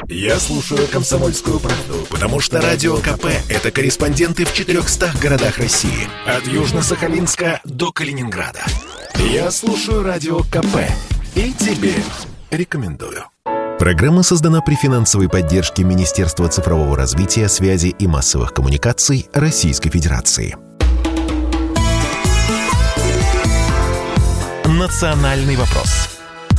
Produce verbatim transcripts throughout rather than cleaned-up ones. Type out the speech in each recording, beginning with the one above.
Я слушаю «Комсомольскую правду», потому что Радио КП – это корреспонденты в четырехстах городах России. От Южно-Сахалинска до Калининграда. Я слушаю Радио КП и тебе рекомендую. Программа создана при финансовой поддержке Министерства цифрового развития, связи и массовых коммуникаций Российской Федерации. «Национальный вопрос».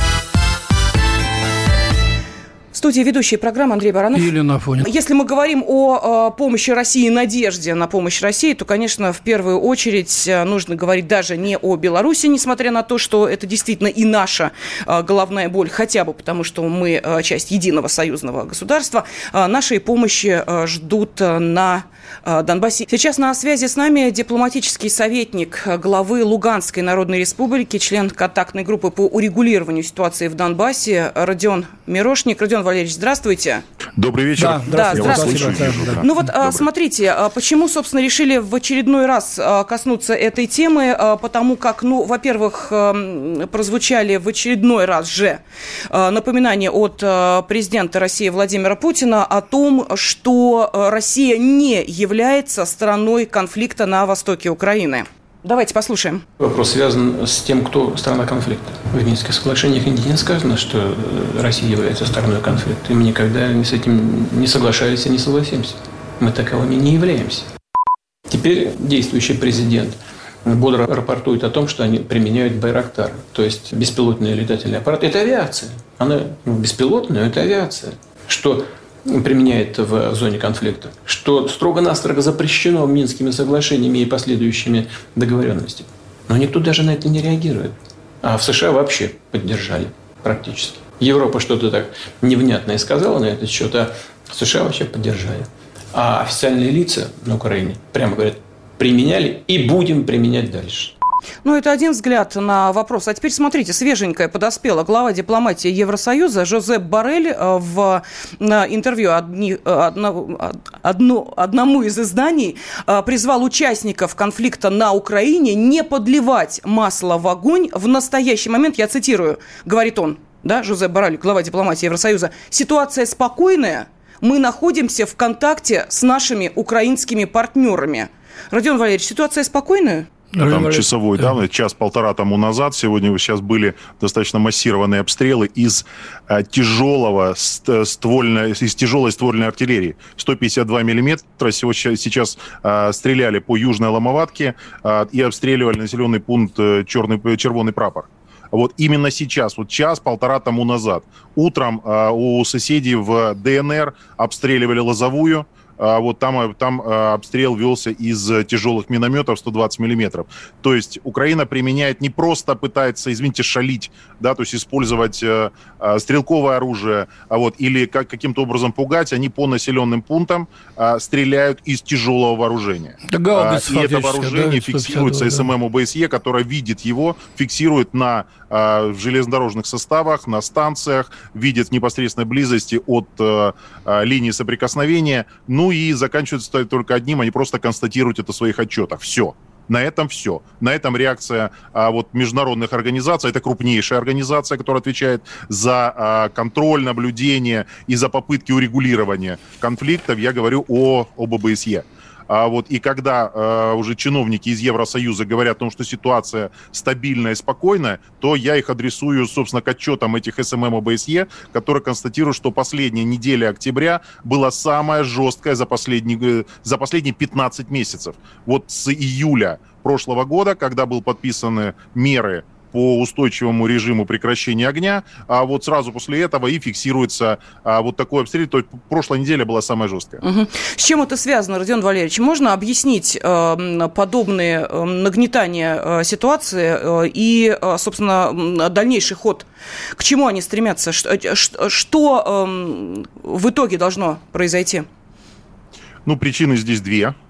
В студии ведущая программы Андрей Баранов. Елена Афонина. Если мы говорим о, о помощи России, надежде на помощь России, то, конечно, в первую очередь нужно говорить даже не о Беларуси, несмотря на то, что это действительно и наша а, головная боль, хотя бы потому, что мы а, часть единого союзного государства. А, нашей помощи а, ждут а, на а, Донбассе. Сейчас на связи с нами дипломатический советник главы Луганской Народной Республики, член контактной группы по урегулированию ситуации в Донбассе Родион Мирошник. Родион Валерьевич, здравствуйте. Добрый вечер. Да, да, здравствуйте. здравствуйте. Да, да. Ну вот, Добрый. смотрите, почему, собственно, решили в очередной раз коснуться этой темы, потому как, ну, во-первых, прозвучали в очередной раз же напоминания от президента России Владимира Путина о том, что Россия не является страной конфликта на востоке Украины. Давайте послушаем. Вопрос связан с тем, кто страна конфликта. В Минских соглашениях нигде не сказано, что Россия является стороной конфликта. И мы никогда с этим не соглашались и не согласимся. Мы таковыми не являемся. Теперь действующий президент бодро рапортует о том, что они применяют Байрактар, то есть беспилотные летательные аппараты. Это авиация. Она ну, беспилотная, но это авиация. Что применяет в зоне конфликта, что строго-настрого запрещено Минскими соглашениями и последующими договоренностями. Но никто даже на это не реагирует. А в США вообще поддержали практически. Европа что-то так невнятное сказала на этот счет, а в США вообще поддержали. А официальные лица на Украине прямо говорят, применяли и будем применять дальше. Ну, это один взгляд на вопрос. А теперь смотрите, свеженькая подоспела глава дипломатии Евросоюза Жозеп Боррель в интервью одни, одно, одно, одному из изданий призвал участников конфликта на Украине не подливать масло в огонь. В настоящий момент, я цитирую, говорит он, да, Жозеп Боррель, глава дипломатии Евросоюза, ситуация спокойная, мы находимся в контакте с нашими украинскими партнерами. Родион Валерьевич, ситуация спокойная? Там часовой, да, да час-полтора тому назад, сегодня сейчас были достаточно массированные обстрелы из а, тяжелого ствольной, из тяжелой ствольной артиллерии. сто пятьдесят два миллиметра сейчас, сейчас а, стреляли по Южной Ломоватке а, и обстреливали населенный пункт Черный, Червоный Прапор. Вот именно сейчас, вот час-полтора тому назад, утром а, у соседей в ДНР обстреливали Лозовую. Вот там, там обстрел велся из тяжелых минометов сто двадцать миллиметров. То есть Украина применяет, не просто пытается, извините, шалить, да, то есть использовать э, стрелковое оружие, а вот, или как, каким-то образом пугать, они по населенным пунктам э, стреляют из тяжелого вооружения. Да, гаубица, и это вооружение да, фиксируется эс эм эм ОБСЕ, которое видит его, фиксирует на э, железнодорожных составах, на станциях, видит в непосредственной близости от э, э, линии соприкосновения. Ну и заканчивается только одним, они просто констатируют это в своих отчетах. Все. На этом все. На этом реакция а, вот, международных организаций, это крупнейшая организация, которая отвечает за а, контроль, наблюдение и за попытки урегулирования конфликтов. Я говорю о, об ОБСЕ. А вот, и когда э, уже чиновники из Евросоюза говорят о том, что ситуация стабильная и спокойная, то я их адресую, собственно, к отчетам этих эс эм эм ОБСЕ, которые констатируют, что последняя неделя октября была самая жесткая за последние, за последние пятнадцать месяцев. Вот с июля прошлого года, когда были подписаны меры по устойчивому режиму прекращения огня, а вот сразу после этого и фиксируется а, вот такой обстрел. То есть прошлая неделя была самая жесткая. Угу. С чем это связано, Родион Валерьевич? Можно объяснить э, подобные э, нагнетания э, ситуации э, и, э, собственно, дальнейший ход? К чему они стремятся? Что, что э, в итоге должно произойти? Ну, причины здесь две.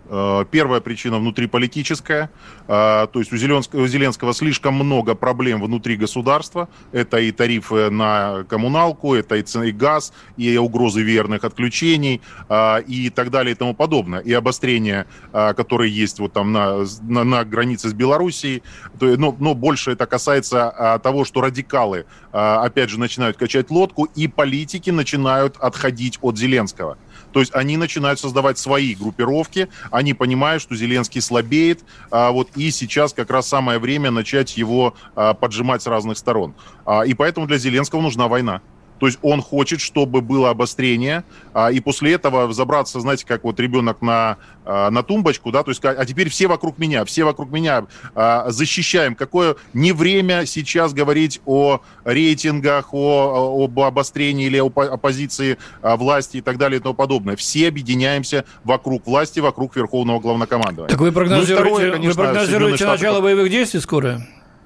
Первая причина внутриполитическая, то есть у Зеленского, у Зеленского слишком много проблем внутри государства. Это и тарифы на коммуналку, это и цены, и газ, и угрозы верных отключений, и так далее и тому подобное. И обострения, которые есть вот там на, на, на границе с Белоруссией. Но, но больше это касается того, что радикалы, опять же, начинают качать лодку, и политики начинают отходить от Зеленского. То есть они начинают создавать свои группировки, они понимают, что Зеленский слабеет, а, вот, и сейчас как раз самое время начать его а, поджимать с разных сторон. А, и поэтому для Зеленского нужна война. То есть он хочет, чтобы было обострение, а, и после этого забраться, знаете, как вот ребенок на, а, на тумбочку, да, то есть, а теперь все вокруг меня, все вокруг меня а, защищаем. Какое не время сейчас говорить о рейтингах, о, об обострении или о оппозиции а, власти и так далее и тому подобное. Все объединяемся вокруг власти, вокруг Верховного Главнокомандования. Так вы прогнозируете, ну, второе, конечно, вы прогнозируете начало боевых действий скоро?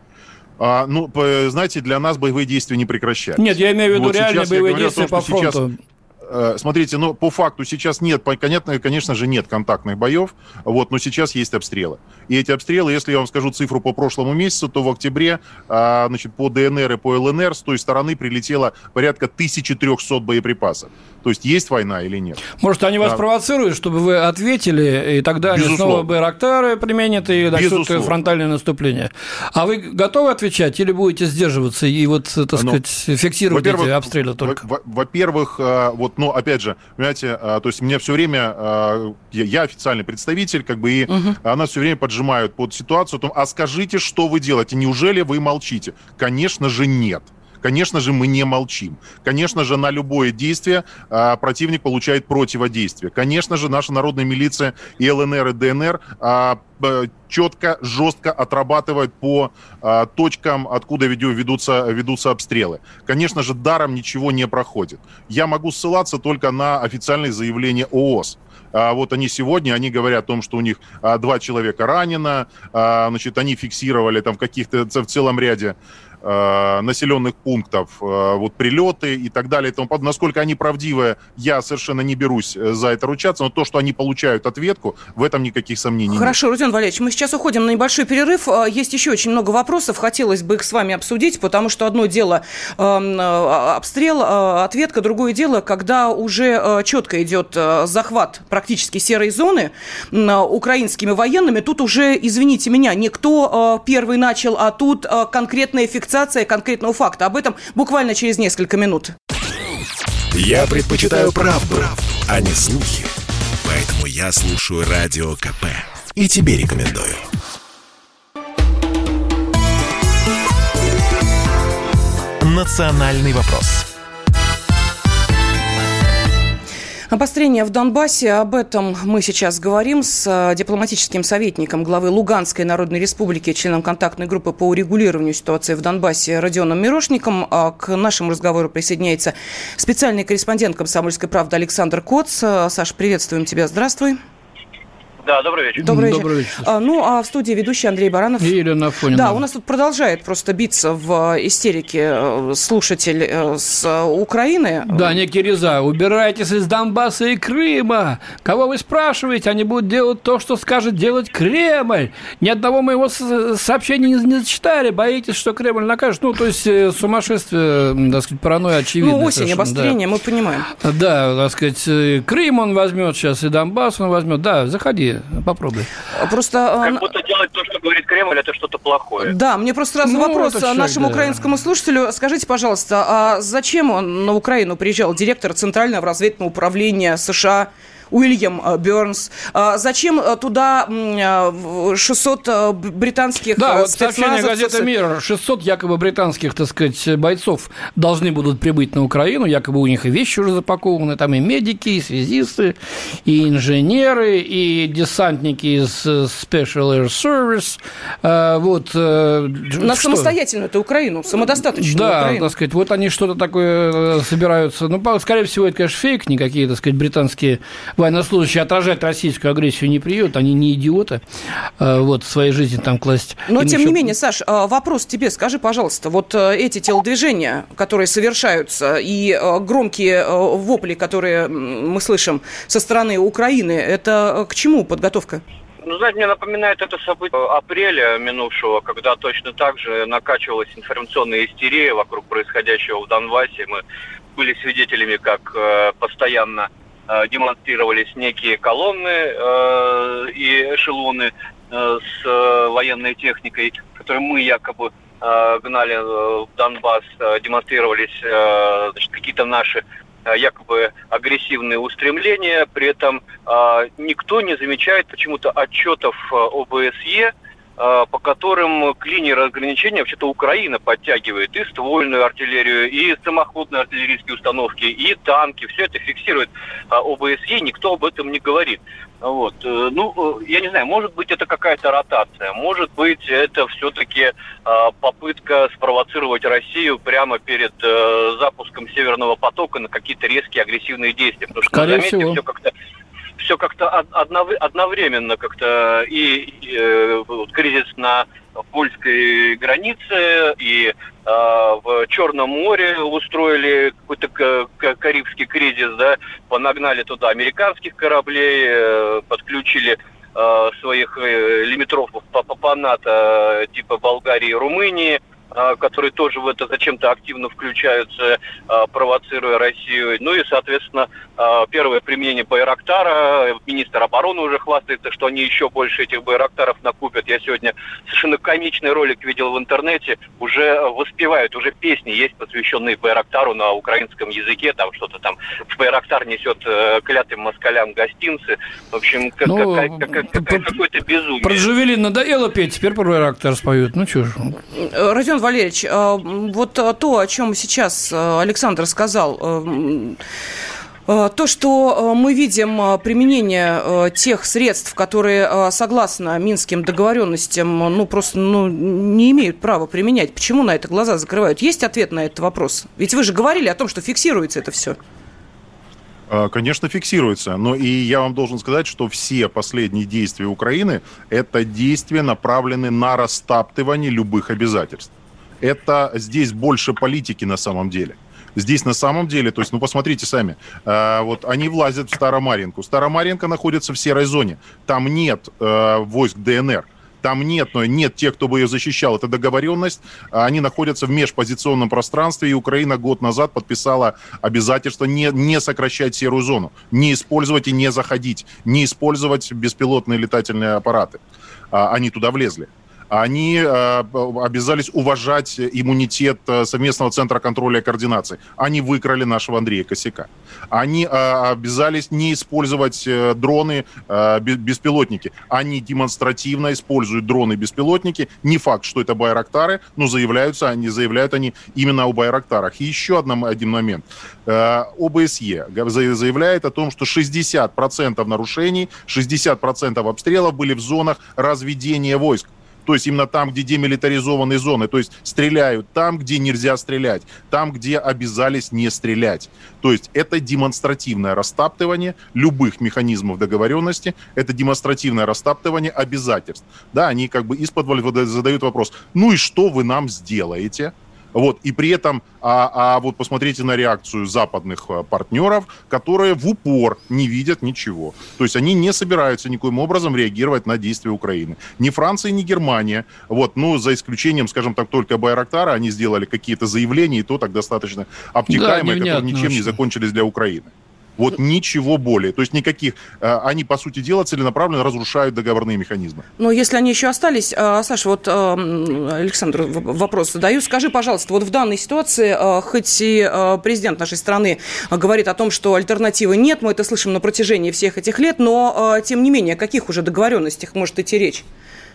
А, ну, знаете, для нас боевые действия не прекращаются. Нет, я имею в виду вот реальные боевые действия по фронту. Сейчас, э, смотрите, ну, по факту сейчас нет, понятно, конечно же, нет контактных боев, вот, но сейчас есть обстрелы. И эти обстрелы, если я вам скажу цифру по прошлому месяцу, то в октябре, а, значит, по ДНР и по ЛНР с той стороны прилетело порядка тысяча триста боеприпасов. То есть есть война или нет? Может, они вас а... провоцируют, чтобы вы ответили, и тогда они снова байрактары применят и начнут фронтальное наступление. А вы готовы отвечать или будете сдерживаться и вот, так сказать, ну, фиксировать эти обстрелы только? Во-первых, вот, ну, опять же, понимаете, то есть меня все время, я официальный представитель, как бы, и угу. нас все время поджимают под ситуацию, том, а скажите, что вы делаете, неужели вы молчите? Конечно же, нет. Конечно же, мы не молчим. Конечно же, на любое действие а, противник получает противодействие. Конечно же, наша народная милиция и ЛНР, и ДНР а, четко, жестко отрабатывает по а, точкам, откуда ведутся, ведутся обстрелы. Конечно же, даром ничего не проходит. Я могу ссылаться только на официальные заявления ООС. А вот они сегодня, они говорят о том, что у них а, два человека ранено, а, значит, они фиксировали там в каких-то, в целом ряде населенных пунктов, вот прилеты и так далее и тому подобное. Насколько они правдивые, я совершенно не берусь за это ручаться, но то, что они получают ответку, в этом никаких сомнений Хорошо, нет. Родион Валерьевич, мы сейчас уходим на небольшой перерыв. Есть еще очень много вопросов, хотелось бы их с вами обсудить, потому что одно дело э, обстрел, э, ответка, другое дело, когда уже э, четко идет э, захват практически серой зоны э, украинскими военными. Тут уже, извините меня, не кто э, первый начал, а тут э, конкретная фиксация конкретного факта. Об этом буквально через несколько минут. Я предпочитаю правду, правду, а не слухи. Поэтому я слушаю Радио КП. И тебе рекомендую. Национальный вопрос. Обострение в Донбассе. Об этом мы сейчас говорим с дипломатическим советником главы Луганской Народной Республики, членом контактной группы по урегулированию ситуации в Донбассе Родионом Мирошником. К нашему разговору присоединяется специальный корреспондент «Комсомольской правды» Александр Коц. Саш, приветствуем тебя. Здравствуй. Да, добрый вечер. Добрый вечер. Добрый вечер. А, ну, а в студии ведущий Андрей Баранов. И Елена Афонина. Да, у нас тут продолжает просто биться в истерике слушатель с Украины. Да, некий Реза. Убирайтесь из Донбасса и Крыма. Кого вы спрашиваете? Они будут делать то, что скажет делать Кремль. Ни одного моего сообщения не, не зачитали. Боитесь, что Кремль накажет. Ну, то есть сумасшествие, так сказать, паранойя очевидно. Ну, осень, обострение, да. Мы понимаем. Да, так сказать, Крым он возьмет сейчас, и Донбасс он возьмет. Да, заходи. Попробуй. Просто... Как будто делать то, что говорит Кремль, это что-то плохое. Да, мне просто сразу ну, вопрос нашему да. украинскому слушателю. Скажите, пожалуйста, а зачем он на Украину приезжал директор Центрального разведывательного управления США Уильям Бернс? Зачем туда шестьсот британских да, вот спецназовцев? Сообщение газеты «Мир». шестьсот якобы британских, так сказать, бойцов должны будут прибыть на Украину. Якобы у них и вещи уже запакованы. Там и медики, и связисты, и инженеры, и десантники из Special Air Service. Вот. На что? Самостоятельную это Украину, самодостаточную да, Украину. Да, так сказать, вот они что-то такое собираются. Ну, скорее всего, это, конечно, фейк, никакие, так сказать, британские военнослужащие отражать российскую агрессию не приедут, они не идиоты, вот, в своей жизни там класть. Но, им тем еще... не менее, Саш, вопрос тебе, скажи, пожалуйста, вот эти телодвижения, которые совершаются, и громкие вопли, которые мы слышим со стороны Украины, это к чему подготовка? Ну, знаете, мне напоминает это событие апреля минувшего, когда точно так же накачивалась информационная истерия вокруг происходящего в Донбассе. Мы были свидетелями, как э, постоянно э, демонстрировались некие колонны э, и эшелоны э, с э, военной техникой, которые мы якобы э, гнали в Донбасс, э, демонстрировались э, значит, какие-то наши якобы агрессивные устремления, при этом э, никто не замечает почему-то отчетов ОБСЕ, э, по которым к линии разграничения вообще-то Украина подтягивает и ствольную артиллерию, и самоходные артиллерийские установки, и танки. Все это фиксирует э, ОБСЕ, никто об этом не говорит. Вот. Ну, я не знаю, может быть, это какая-то ротация, может быть, это все-таки э, попытка спровоцировать Россию прямо перед э, запуском Северного потока на какие-то резкие агрессивные действия. Потому что, скорее заметьте, всего. все как-то все как-то одновременно как-то и, и э, кризис на польской границе, и э, в Черном море устроили какой-то карибский кризис, да, понагнали туда американских кораблей, э, подключили э, своих э, лимитров по, по, по НАТО типа Болгарии и Румынии, которые тоже в это зачем-то активно включаются, провоцируя Россию. Ну и, соответственно, первое применение Байрактара. Министр обороны уже хвастается, что они еще больше этих Байрактаров накупят. Я сегодня совершенно комичный ролик видел в интернете. Уже воспевают, уже песни есть, посвященные Байрактару на украинском языке. Там что-то там Байрактар несет клятым москалям гостинцы. В общем, как, ну, как, как, как, как, какое-то безумие. Про Джавелин надоело петь, теперь про Байрактар споют. Ну что ж. Родион Валерьевич, вот то, о чем сейчас Александр сказал, то, что мы видим применение тех средств, которые, согласно минским договоренностям, ну, просто ну, не имеют права применять, почему на это глаза закрывают? Есть ответ на этот вопрос? Ведь вы же говорили о том, что фиксируется это все. Конечно, фиксируется, но и я вам должен сказать, что все последние действия Украины – это действия, направленные на растаптывание любых обязательств. Это здесь больше политики на самом деле. Здесь на самом деле, то есть, ну, посмотрите сами, э, вот они влазят в Старомарьинку. Старомарьинка находится в серой зоне. Там нет э, войск ДНР. Там нет, но нет тех, кто бы ее защищал. Это договоренность. Они находятся в межпозиционном пространстве, и Украина год назад подписала обязательство не, не сокращать серую зону, не использовать и не заходить, не использовать беспилотные летательные аппараты. Они туда влезли. Они э, обязались уважать иммунитет совместного центра контроля и координации. Они выкрали нашего Андрея Косяка. Они э, обязались не использовать э, дроны, э, беспилотники. Они демонстративно используют дроны-беспилотники. Не факт, что это байрактары, но заявляются, они, заявляют они именно о байрактарах. И еще один, один момент. Э, ОБСЕ заявляет о том, что шестьдесят процентов нарушений, шестьдесят процентов обстрелов были в зонах разведения войск. То есть именно там, где демилитаризованные зоны. То есть стреляют там, где нельзя стрелять. Там, где обязались не стрелять. То есть это демонстративное растаптывание любых механизмов договоренности. Это демонстративное растаптывание обязательств. Да, они как бы из-под задают вопрос. Ну и что вы нам сделаете? Вот, и при этом, а, а вот посмотрите на реакцию западных партнеров, которые в упор не видят ничего. То есть они не собираются никоим образом реагировать на действия Украины. Ни Франция, ни Германия, вот, ну, за исключением, скажем так, только Байрактара, они сделали какие-то заявления, и то так достаточно обтекаемые, да, которые ничем не закончились для Украины. Вот ничего более. То есть никаких... Они, по сути дела, целенаправленно разрушают договорные механизмы. Но если они еще остались... Саша, вот Александру вопрос задаю. Скажи, пожалуйста, вот в данной ситуации, хоть и президент нашей страны говорит о том, что альтернативы нет, мы это слышим на протяжении всех этих лет, но, тем не менее, о каких уже договоренностях может идти речь?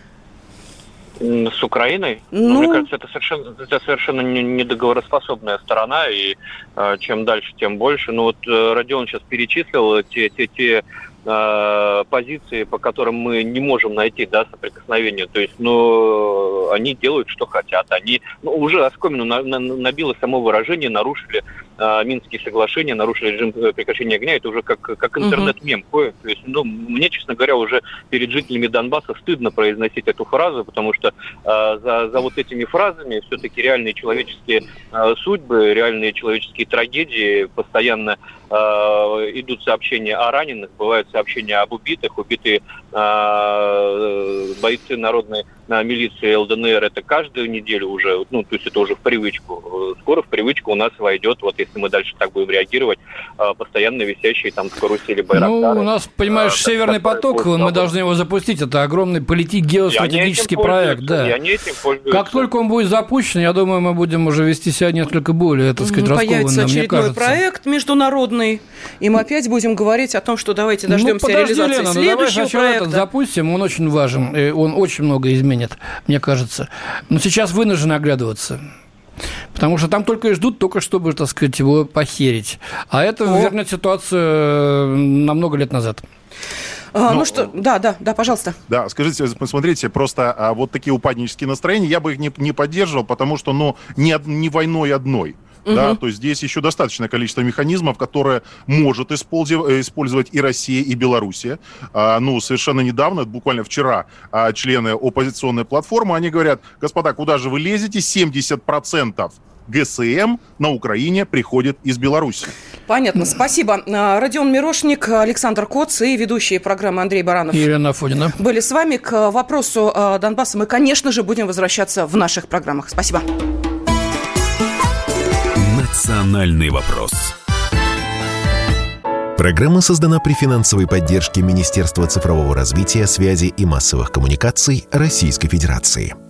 С Украиной? Ну... Ну, мне кажется, это совершенно, это совершенно недоговороспособная сторона, и э, чем дальше, тем больше. Ну вот э, Родион сейчас перечислил те, те, те э, позиции, по которым мы не можем найти, да, соприкосновения. То есть, ну, они делают, что хотят. Они, ну, уже оскомину на, на, набило само выражение, нарушили э, Минские соглашения, нарушили режим прекращения огня, это уже как, как интернет-мем. Uh-huh. То есть, ну, мне, честно говоря, уже перед жителями Донбасса стыдно произносить эту фразу, потому что э, за, за вот этими фразами все-таки реальные человеческие э, судьбы, реальные человеческие трагедии, постоянно э, идут сообщения о раненых, бывают сообщения об убитых, убитые э, бойцы народной э, милиции ЛДНР, это каждую неделю уже, ну, то есть это уже в привычку. Скоро в привычку у нас войдет, вот если мы дальше так будем реагировать, э, постоянно висящие там в карусели байрактары. Ну, у нас, понимаешь, э, Северный поток, мы должны его запустить, это огромный полити- геостратегический проект, да. Я не этим пользуюсь. Как только он будет запущен, я думаю, мы будем уже вести себя несколько более, так сказать, раскованно, появится очередной мне кажется. проект международный, и мы опять будем говорить о том, что давайте дождемся ну, подожди, реализации Лена, следующего ну, давай сначала проекта. Этот запустим, он очень важен, и он очень много изменит, мне кажется. Но сейчас вынуждены оглядываться. Потому что там только и ждут, только чтобы, так сказать, его похерить. А это О. вернет ситуацию на много лет назад. А, ну, ну что, да, да, да, пожалуйста. Да, скажите, посмотрите, просто а, вот такие упаднические настроения, я бы их не, не поддерживал, потому что, ну, не, не войной одной. Uh-huh. Да, то есть здесь еще достаточное количество механизмов, которые может использовать, использовать и Россия, и Белоруссия. А, ну, совершенно недавно, буквально вчера, а, члены оппозиционной платформы, они говорят: господа, куда же вы лезете? семьдесят процентов ГСМ на Украине приходит из Беларуси. Понятно, спасибо. Родион Мирошник, Александр Коц и ведущие программы Андрей Баранов и Ирина Афонина были с вами. К вопросу Донбасса мы, конечно же, будем возвращаться в наших программах. Спасибо. Национальный вопрос. Программа создана при финансовой поддержке Министерства цифрового развития, связи и массовых коммуникаций Российской Федерации.